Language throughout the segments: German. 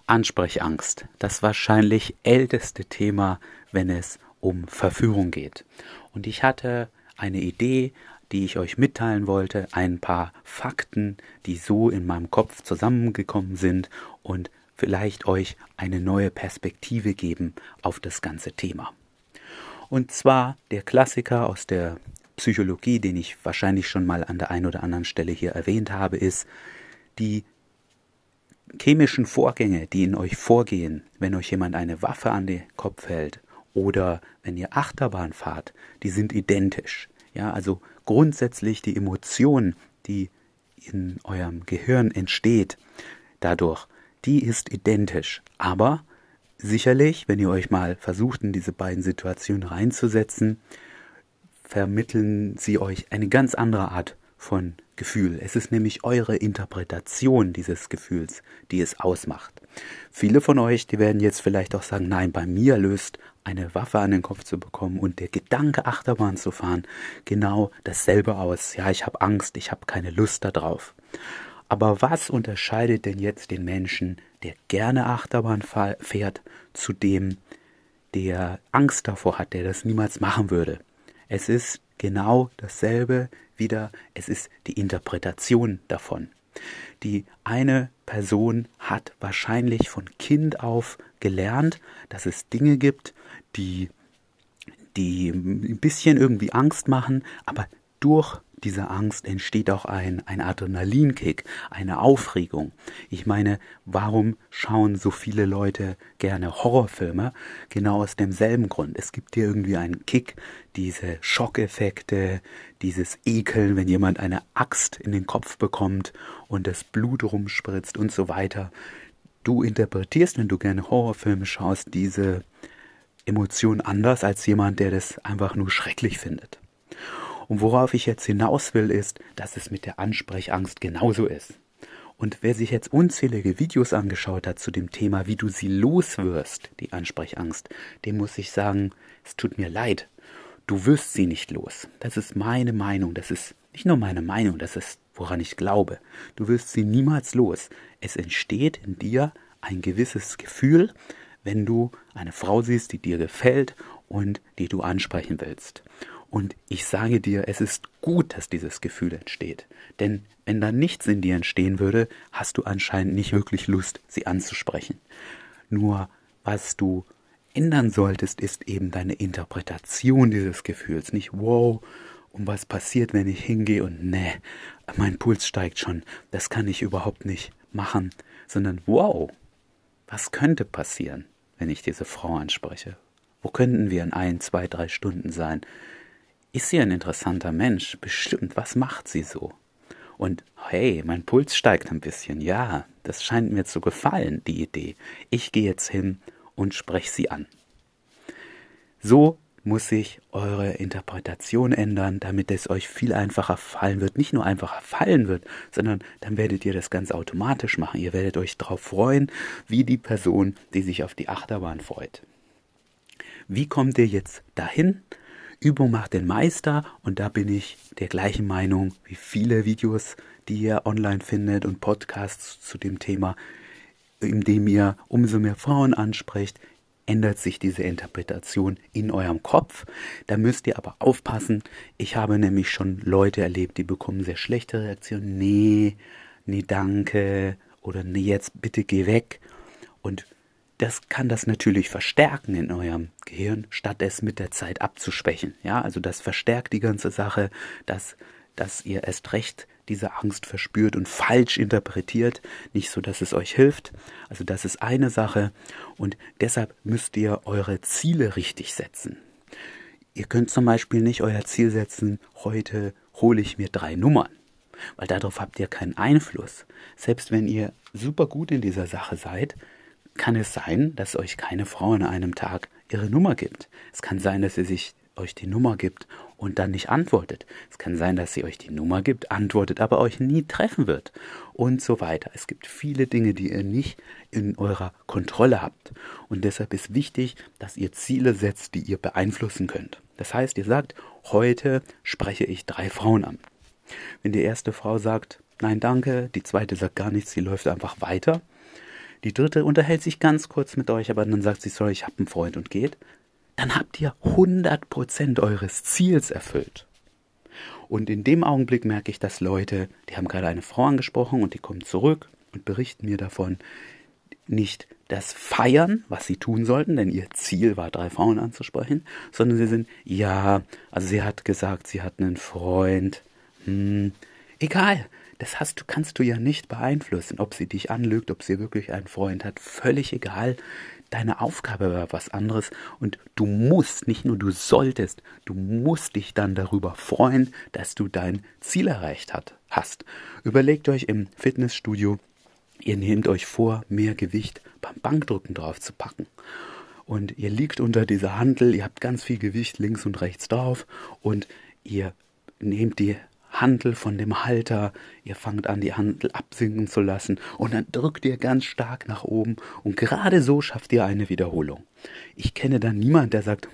Ansprechangst, das wahrscheinlich älteste Thema, wenn es um Verführung geht. Und ich hatte eine Idee, die ich euch mitteilen wollte, ein paar Fakten, die so in meinem Kopf zusammengekommen sind und vielleicht euch eine neue Perspektive geben auf das ganze Thema. Und zwar der Klassiker aus der Psychologie, den ich wahrscheinlich schon mal an der einen oder anderen Stelle hier erwähnt habe, ist, die chemischen Vorgänge, die in euch vorgehen, wenn euch jemand eine Waffe an den Kopf hält oder wenn ihr Achterbahn fahrt, die sind identisch. Ja, also grundsätzlich die Emotion, die in eurem Gehirn entsteht dadurch, die ist identisch. Aber sicherlich, wenn ihr euch mal versucht, in diese beiden Situationen reinzusetzen, vermitteln sie euch eine ganz andere Art von Gefühl. Es ist nämlich eure Interpretation dieses Gefühls, die es ausmacht. Viele von euch, die werden jetzt vielleicht auch sagen, nein, bei mir löst eine Waffe an den Kopf zu bekommen und der Gedanke, Achterbahn zu fahren, genau dasselbe aus. Ja, ich habe Angst, ich habe keine Lust darauf. Aber was unterscheidet denn jetzt den Menschen, der gerne Achterbahn fährt, zu dem, der Angst davor hat, der das niemals machen würde? Es ist genau dasselbe wieder, es ist die Interpretation davon. Die eine Person hat wahrscheinlich von Kind auf gelernt, dass es Dinge gibt, die ein bisschen irgendwie Angst machen, aber durch diese Angst entsteht auch ein Adrenalinkick, eine Aufregung. Ich meine, warum schauen so viele Leute gerne Horrorfilme? Genau aus demselben Grund. Es gibt hier irgendwie einen Kick, diese Schockeffekte, dieses Ekeln, wenn jemand eine Axt in den Kopf bekommt und das Blut rumspritzt und so weiter. Du interpretierst, wenn du gerne Horrorfilme schaust, diese Emotion anders als jemand, der das einfach nur schrecklich findet. Und worauf ich jetzt hinaus will, ist, dass es mit der Ansprechangst genauso ist. Und wer sich jetzt unzählige Videos angeschaut hat zu dem Thema, wie du sie loswirst, die Ansprechangst, dem muss ich sagen, es tut mir leid. Du wirst sie nicht los. Das ist meine Meinung. Das ist nicht nur meine Meinung, das ist, woran ich glaube. Du wirst sie niemals los. Es entsteht in dir ein gewisses Gefühl, wenn du eine Frau siehst, die dir gefällt und die du ansprechen willst. Und ich sage dir, es ist gut, dass dieses Gefühl entsteht. Denn wenn da nichts in dir entstehen würde, hast du anscheinend nicht wirklich Lust, sie anzusprechen. Nur was du ändern solltest, ist eben deine Interpretation dieses Gefühls. Nicht, wow, und was passiert, wenn ich hingehe und nee, mein Puls steigt schon, das kann ich überhaupt nicht machen. Sondern, wow, was könnte passieren, wenn ich diese Frau anspreche? Wo könnten wir in 1, 2, 3 Stunden sein? Ist sie ein interessanter Mensch? Bestimmt. Was macht sie so? Und hey, mein Puls steigt ein bisschen. Ja, das scheint mir zu gefallen, die Idee. Ich gehe jetzt hin und spreche sie an. So muss sich eure Interpretation ändern, damit es euch viel einfacher fallen wird. Nicht nur einfacher fallen wird, sondern dann werdet ihr das ganz automatisch machen. Ihr werdet euch darauf freuen, wie die Person, die sich auf die Achterbahn freut. Wie kommt ihr jetzt dahin? Übung macht den Meister und da bin ich der gleichen Meinung wie viele Videos, die ihr online findet und Podcasts zu dem Thema, indem ihr umso mehr Frauen ansprecht, ändert sich diese Interpretation in eurem Kopf. Da müsst ihr aber aufpassen. Ich habe nämlich schon Leute erlebt, die bekommen sehr schlechte Reaktionen. Nee, danke oder nee, jetzt bitte geh weg. Und das kann das natürlich verstärken in eurem Gehirn, statt es mit der Zeit abzuschwächen. Ja, also das verstärkt die ganze Sache, dass ihr erst recht diese Angst verspürt und falsch interpretiert, nicht so, dass es euch hilft. Also das ist eine Sache und deshalb müsst ihr eure Ziele richtig setzen. Ihr könnt zum Beispiel nicht euer Ziel setzen, heute hole ich mir 3 Nummern, weil darauf habt ihr keinen Einfluss. Selbst wenn ihr super gut in dieser Sache seid, kann es sein, dass euch keine Frau an einem Tag ihre Nummer gibt. Es kann sein, dass sie euch die Nummer gibt und dann nicht antwortet. Es kann sein, dass sie euch die Nummer gibt, antwortet, aber euch nie treffen wird und so weiter. Es gibt viele Dinge, die ihr nicht in eurer Kontrolle habt. Und deshalb ist wichtig, dass ihr Ziele setzt, die ihr beeinflussen könnt. Das heißt, ihr sagt, heute spreche ich 3 Frauen an. Wenn die erste Frau sagt, nein, danke, die zweite sagt gar nichts, sie läuft einfach weiter, die dritte unterhält sich ganz kurz mit euch, aber dann sagt sie, sorry, ich habe einen Freund und geht. Dann habt ihr 100% eures Ziels erfüllt. Und in dem Augenblick merke ich, dass Leute, die haben gerade eine Frau angesprochen und die kommen zurück und berichten mir davon, nicht das feiern, was sie tun sollten, denn ihr Ziel war, 3 Frauen anzusprechen, sondern sie sind, ja, also sie hat gesagt, sie hat einen Freund. Egal, kannst du ja nicht beeinflussen, ob sie dich anlügt, ob sie wirklich einen Freund hat, völlig egal. Deine Aufgabe war was anderes und du musst, nicht nur du solltest, du musst dich dann darüber freuen, dass du dein Ziel erreicht hast. Überlegt euch im Fitnessstudio, ihr nehmt euch vor, mehr Gewicht beim Bankdrücken drauf zu packen. Und ihr liegt unter dieser Hantel, ihr habt ganz viel Gewicht links und rechts drauf und ihr nehmt die Hantel von dem Halter, ihr fangt an, die Hantel absinken zu lassen und dann drückt ihr ganz stark nach oben und gerade so schafft ihr eine Wiederholung. Ich kenne da niemand, der sagt,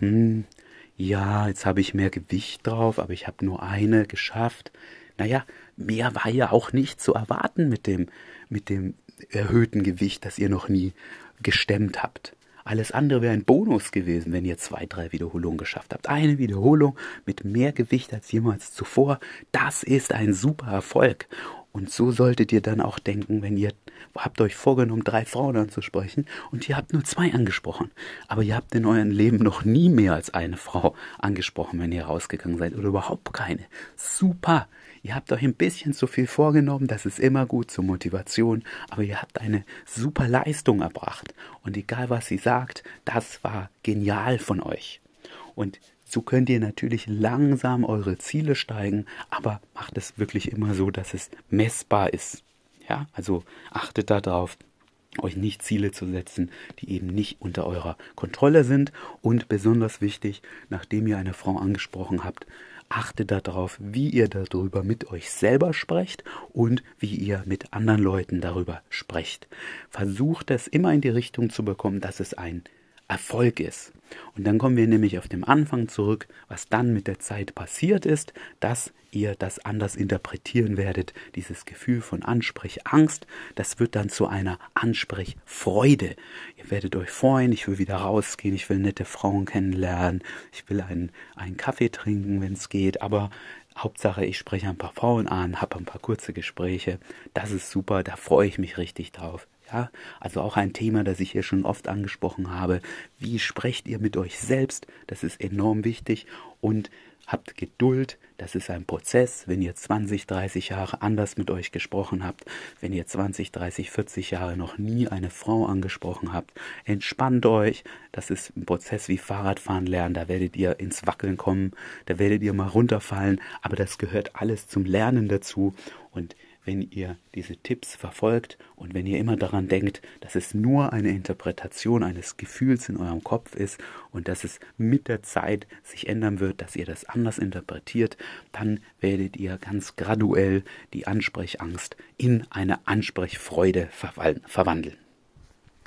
ja, jetzt habe ich mehr Gewicht drauf, aber ich habe nur eine geschafft. Naja, mehr war ja auch nicht zu erwarten mit dem erhöhten Gewicht, das ihr noch nie gestemmt habt. Alles andere wäre ein Bonus gewesen, wenn ihr 2, 3 Wiederholungen geschafft habt. Eine Wiederholung mit mehr Gewicht als jemals zuvor, das ist ein super Erfolg. Und so solltet ihr dann auch denken, wenn ihr habt euch vorgenommen, 3 Frauen anzusprechen und ihr habt nur 2 angesprochen. Aber ihr habt in eurem Leben noch nie mehr als eine Frau angesprochen, wenn ihr rausgegangen seid oder überhaupt keine. Super! Ihr habt euch ein bisschen zu viel vorgenommen, das ist immer gut zur Motivation, aber ihr habt eine super Leistung erbracht. Und egal was sie sagt, das war genial von euch. Und so könnt ihr natürlich langsam eure Ziele steigen, aber macht es wirklich immer so, dass es messbar ist. Ja, also achtet darauf, euch nicht Ziele zu setzen, die eben nicht unter eurer Kontrolle sind. Und besonders wichtig, nachdem ihr eine Frau angesprochen habt, achtet darauf, wie ihr darüber mit euch selber sprecht und wie ihr mit anderen Leuten darüber sprecht. Versucht es immer in die Richtung zu bekommen, dass es ein Erfolg ist. Und dann kommen wir nämlich auf den Anfang zurück, was dann mit der Zeit passiert ist, dass ihr das anders interpretieren werdet. Dieses Gefühl von Ansprechangst, das wird dann zu einer Ansprechfreude. Ihr werdet euch freuen, ich will wieder rausgehen, ich will nette Frauen kennenlernen, ich will einen Kaffee trinken, wenn es geht, aber Hauptsache, ich spreche ein paar Frauen an, habe ein paar kurze Gespräche. Das ist super, da freue ich mich richtig drauf. Ja, also auch ein Thema, das ich hier schon oft angesprochen habe. Wie sprecht ihr mit euch selbst? Das ist enorm wichtig und habt Geduld. Das ist ein Prozess. Wenn ihr 20, 30 Jahre anders mit euch gesprochen habt, wenn ihr 20, 30, 40 Jahre noch nie eine Frau angesprochen habt, entspannt euch. Das ist ein Prozess wie Fahrradfahren lernen. Da werdet ihr ins Wackeln kommen, da werdet ihr mal runterfallen, aber das gehört alles zum Lernen dazu. Und wenn ihr diese Tipps verfolgt und wenn ihr immer daran denkt, dass es nur eine Interpretation eines Gefühls in eurem Kopf ist und dass es mit der Zeit sich ändern wird, dass ihr das anders interpretiert, dann werdet ihr ganz graduell die Ansprechangst in eine Ansprechfreude verwandeln.